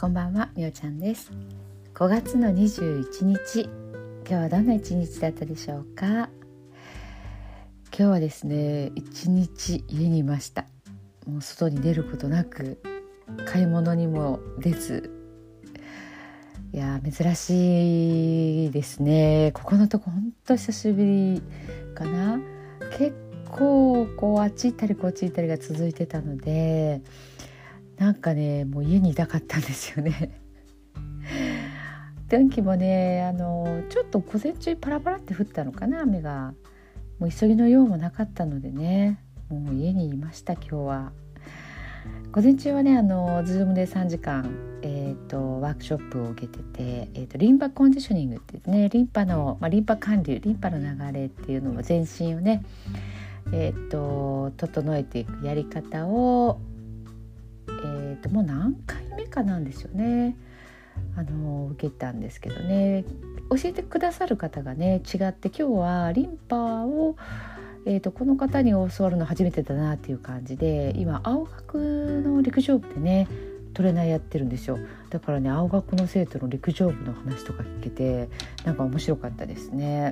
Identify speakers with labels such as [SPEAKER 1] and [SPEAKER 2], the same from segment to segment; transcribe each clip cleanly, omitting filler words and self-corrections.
[SPEAKER 1] こんばんは、みおちゃんです。5月の21日、今日はどんな一日だったでしょうか。今日はですね、一日家にいました。もう外に出ることなく、買い物にも出ず、いや珍しいですね。ここのとこほんと久しぶりかな。結構あっち行ったりこっち行ったりが続いてたので、なんかね、もう家にいたかったんですよね。天気もね、ちょっと午前中パラパラって降ったのかな、雨が。もう急ぎの用もなかったのでね、もう家にいました今日は。午前中はね、Zoom で3時間、ワークショップを受けてて、リンパコンディショニングって言ってね、リンパ管理、リンパの流れっていうのを全身をね、整えていくやり方を、もう何回目かなんですよね。受けたんですけどね、教えてくださる方がね違って、今日はリンパを、この方に教わるの初めてだなっていう感じで、今青学の陸上部でねトレーナーやってるんですよ。だからね、青学の生徒の陸上部の話とか聞けて、なんか面白かったですね。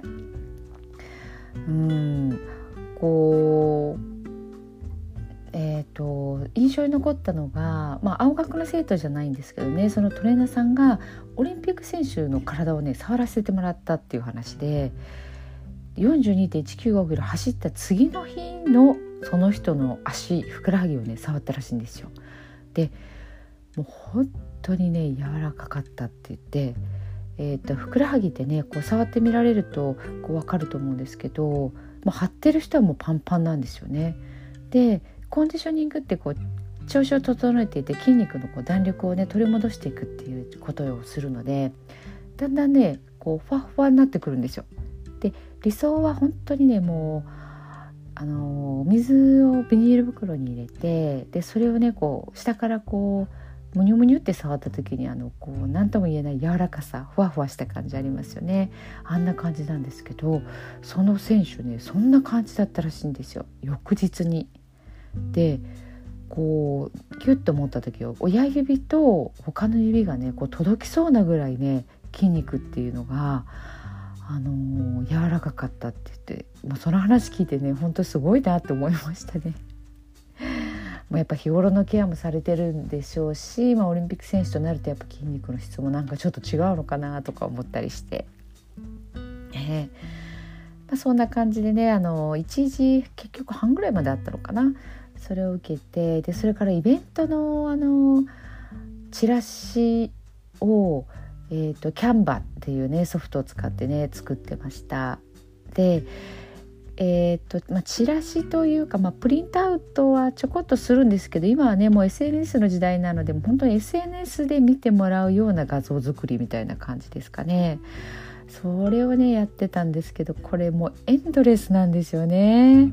[SPEAKER 1] 印象に残ったのが、青学の生徒じゃないんですけどね、そのトレーナーさんがオリンピック選手の体をね触らせてもらったっていう話で、 42.195 キロ走った次の日のその人の足、ふくらはぎをね触ったらしいんですよ。でもう本当にね柔らかかったって言って、ふくらはぎってね触ってみられると分かると思うんですけど、もう張ってる人はもうパンパンなんですよね。でコンディショニングって調子を整えていて、筋肉の弾力をね取り戻していくっていうことをするので、だんだんねふわふわになってくるんですよ。で理想は本当にね、もうお水をビニール袋に入れて、でそれをね下からむにゅむにゅって触った時に何とも言えない柔らかさ、ふわふわした感じありますよね。あんな感じなんですけど、その選手ねそんな感じだったらしいんですよ、翌日に。でギュッと持った時は親指と他の指がね届きそうなぐらいね筋肉っていうのが柔らかかったって言って、もうその話聞いてね本当すごいなって思いましたね。もうやっぱ日頃のケアもされてるんでしょうし、オリンピック選手となるとやっぱ筋肉の質もなんかちょっと違うのかなとか思ったりして、そんな感じでね、1時結局半ぐらいまであったのかな、それを受けて、でそれからイベントのチラシを、キャンバっていうねソフトを使ってね作ってました。でチラシというか、プリントアウトはちょこっとするんですけど、今はねもう SNS の時代なので、本当に SNS で見てもらうような画像作りみたいな感じですかね。それをねやってたんですけど、これもうエンドレスなんですよね。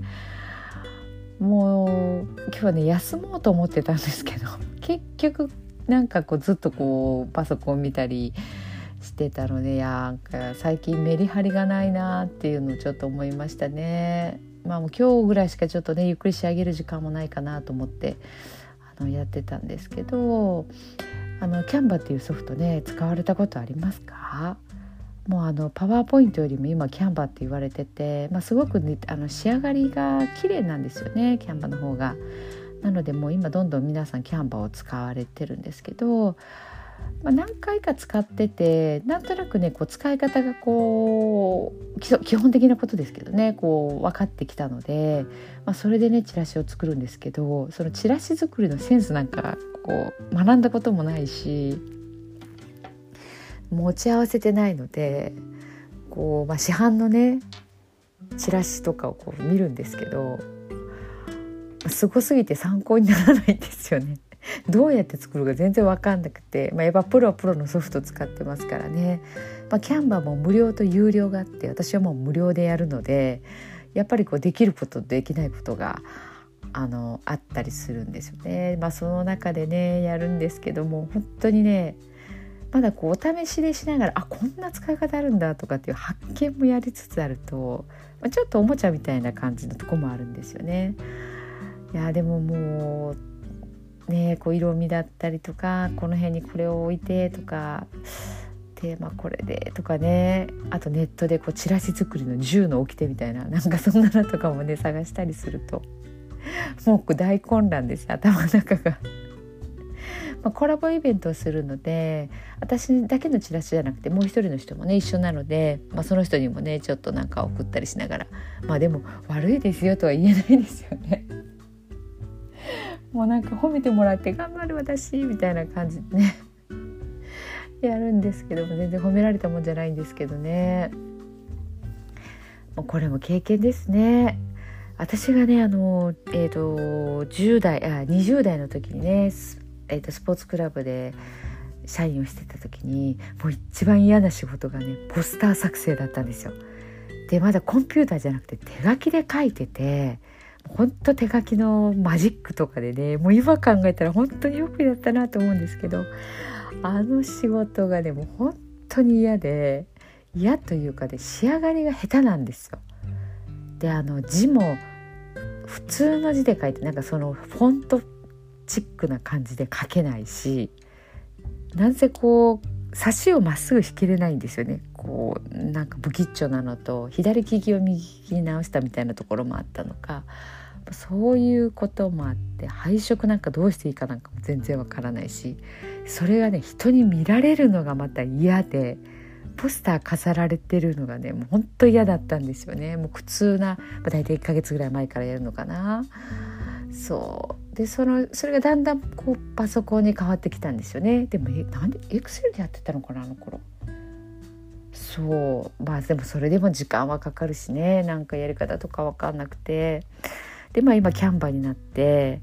[SPEAKER 1] もう今日はね休もうと思ってたんですけど、結局なんかずっとパソコン見たりしてたので、なんか最近メリハリがないなっていうのをちょっと思いましたね。もう今日ぐらいしかちょっとねゆっくり仕上げる時間もないかなと思ってやってたんですけど、キャンバっていうソフトね使われたことありますか？もうパワーポイントよりも今キャンバって言われてて、すごく、ね、仕上がりが綺麗なんですよね、キャンバの方が。なのでもう今どんどん皆さんキャンバを使われてるんですけど、何回か使ってて、なんとなくね使い方が基本的なことですけどね分かってきたので、それでねチラシを作るんですけど、そのチラシ作りのセンスなんか学んだこともないし、持ち合わせてないので市販のねチラシとかを見るんですけど、すごすぎて参考にならないんですよね。どうやって作るか全然分かんなくて、やっぱプロのソフト使ってますからね。キャンバも無料と有料があって、私はもう無料でやるので、やっぱりできることできないことがあったりするんですよね。その中でねやるんですけども、本当にねまだお試しでしながら、こんな使い方あるんだとかっていう発見もやりつつあると、ちょっとおもちゃみたいな感じのとこもあるんですよね。いやでももうね、こう色味だったりとか、この辺にこれを置いてとか、テーマこれでとかね、あとネットでこうチラシ作りの10の掟みたいな、なんかそんなのとかもね探したりするともう大混乱です、頭の中がコラボイベントをするので、私だけのチラシじゃなくてもう一人の人もね一緒なので、その人にもねちょっとなんか送ったりしながら、でも悪いですよとは言えないですよねもうなんか褒めてもらって頑張る私みたいな感じでねやるんですけども、全然褒められたもんじゃないんですけどね。もうこれも経験ですね。私がね20代の時にねスポーツクラブで社員をしてた時に、もう一番嫌な仕事がねポスター作成だったんですよ。でまだコンピューターじゃなくて手書きで書いてて、ほんと手書きのマジックとかでね、もう今考えたら本当によくやったなと思うんですけど、あの仕事がねもう本当に嫌というかね、仕上がりが下手なんですよ。で字も普通の字で書いて、なんかそのフォントチックな感じで書けないし、なんせこう差しをまっすぐ引けれないんですよね。こうなんか不吉祥なのと、左利きを右利きに直したみたいなところもあったのか、そういうこともあって配色なんかどうしていいかなんかも全然わからないし、それがね人に見られるのがまた嫌で、ポスター飾られてるのがねもう本当嫌だったんですよね。もう苦痛な、大体1ヶ月ぐらい前からやるのかな。そうでそれがだんだんこうパソコンに変わってきたんですよね。でもなんでエクセルでやってたのかな、あの頃。そうでもそれでも時間はかかるしね、なんかやり方とか分かんなくて、で今キャンバーになって、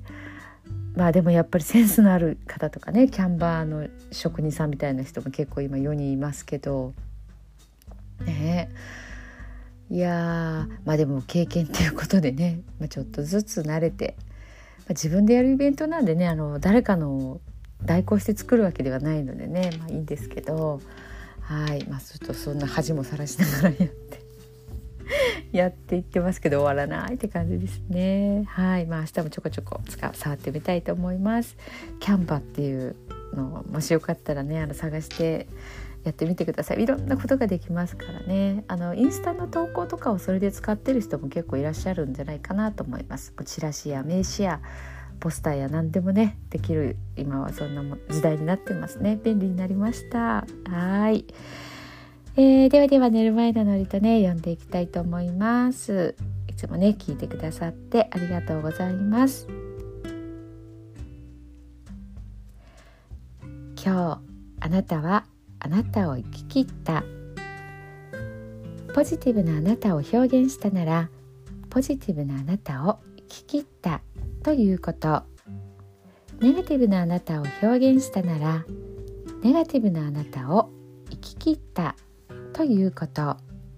[SPEAKER 1] でもやっぱりセンスのある方とかね、キャンバーの職人さんみたいな人も結構今世にいますけどね。いやでも経験っていうことでね、ちょっとずつ慣れて、自分でやるイベントなんでね、誰かの代行して作るわけではないのでね、いいんですけど、はい、ちょっとそんな恥もさらしながらやっていってますけど終わらないって感じですね。はい、明日もちょこちょこ触ってみたいと思います。キャンバーっていうのもしよかったらね探してやってみてください。いろんなことができますからね。インスタの投稿とかをそれで使ってる人も結構いらっしゃるんじゃないかなと思います。チラシや名刺やポスターや何でもねできる、今はそんな時代になってますね。便利になりました。はい、では寝る前のノリとね読んでいきたいと思います。いつもね聞いてくださってありがとうございます。今日あなたはあなたを生き切った。ポジティブなあなたを表現したなら、ポジティブなあなたを生き切ったということ。ネガティブなあなたを表現したなら、ネガティブなあなたを生き切ったということ。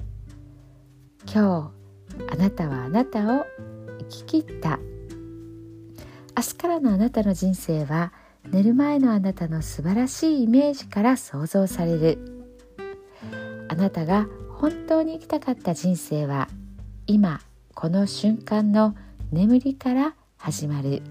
[SPEAKER 1] 今日あなたはあなたを生き切った。明日からのあなたの人生は寝る前のあなたの素晴らしいイメージから想像される。あなたが本当に生きたかった人生は今この瞬間の眠りから始まる。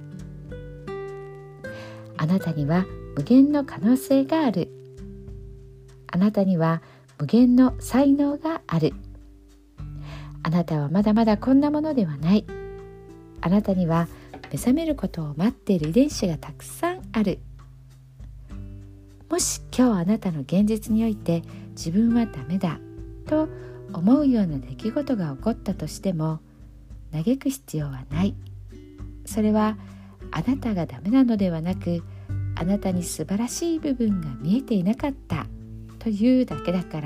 [SPEAKER 1] あなたには無限の可能性がある。あなたには無限の才能がある。あなたはまだまだこんなものではない。あなたには目覚めることを待っている遺伝子がたくさんある。もし今日あなたの現実において自分はダメだと思うような出来事が起こったとしても、嘆く必要はない。それはあなたがダメなのではなく、あなたに素晴らしい部分が見えていなかったというだけだから。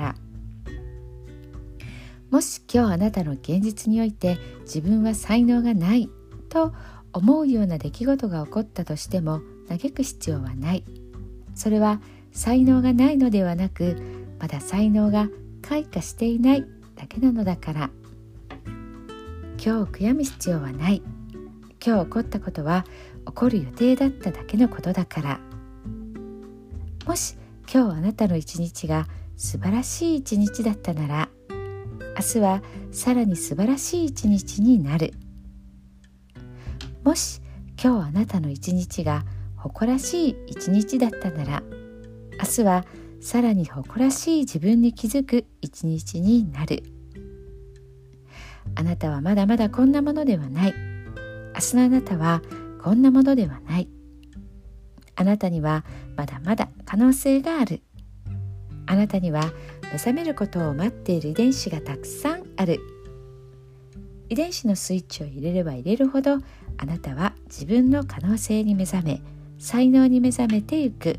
[SPEAKER 1] もし今日あなたの現実において自分は才能がないと思うような出来事が起こったとしても、嘆く必要はない。それは才能がないのではなく、まだ才能が開花していないだけなのだから。今日悔やむ必要はない。今日起こったことは起こる予定だっただけのことだから。もし今日あなたの一日が素晴らしい一日だったなら、明日はさらに素晴らしい一日になる。もし今日あなたの一日が誇らしい一日だったなら、明日はさらに誇らしい自分に気づく一日になる。あなたはまだまだこんなものではない。明日のあなたはこんなものではない。あなたにはまだまだ可能性がある。あなたには目覚めることを待っている遺伝子がたくさんある。遺伝子のスイッチを入れれば入れるほど、あなたは自分の可能性に目覚め、才能に目覚めていく。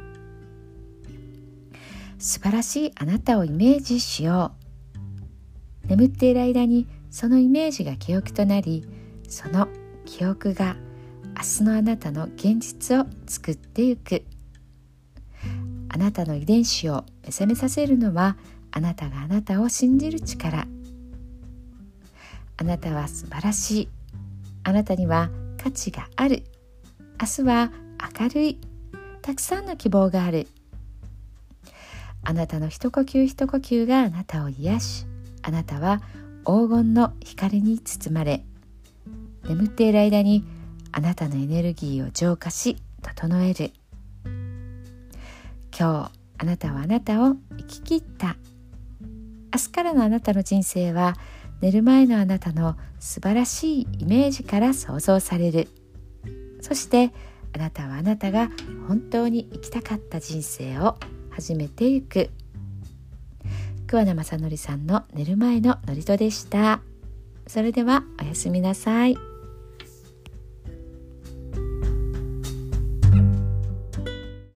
[SPEAKER 1] 素晴らしいあなたをイメージしよう。眠っている間にそのイメージが記憶となり、その記憶が明日のあなたの現実を作っていく。あなたの遺伝子を目覚めさせるのは、あなたがあなたを信じる力。あなたは素晴らしい。あなたには価値がある。明日は明るい。たくさんの希望がある。あなたの一呼吸一呼吸があなたを癒し、あなたは黄金の光に包まれ、眠っている間にあなたのエネルギーを浄化し整える。今日あなたはあなたを生き切った。明日からのあなたの人生は、寝る前のあなたの素晴らしいイメージから想像される。そしてあなたはあなたが本当に生きたかった人生を始めていく。桑名正則さんの寝る前の祝詞でした。それではおやすみなさい。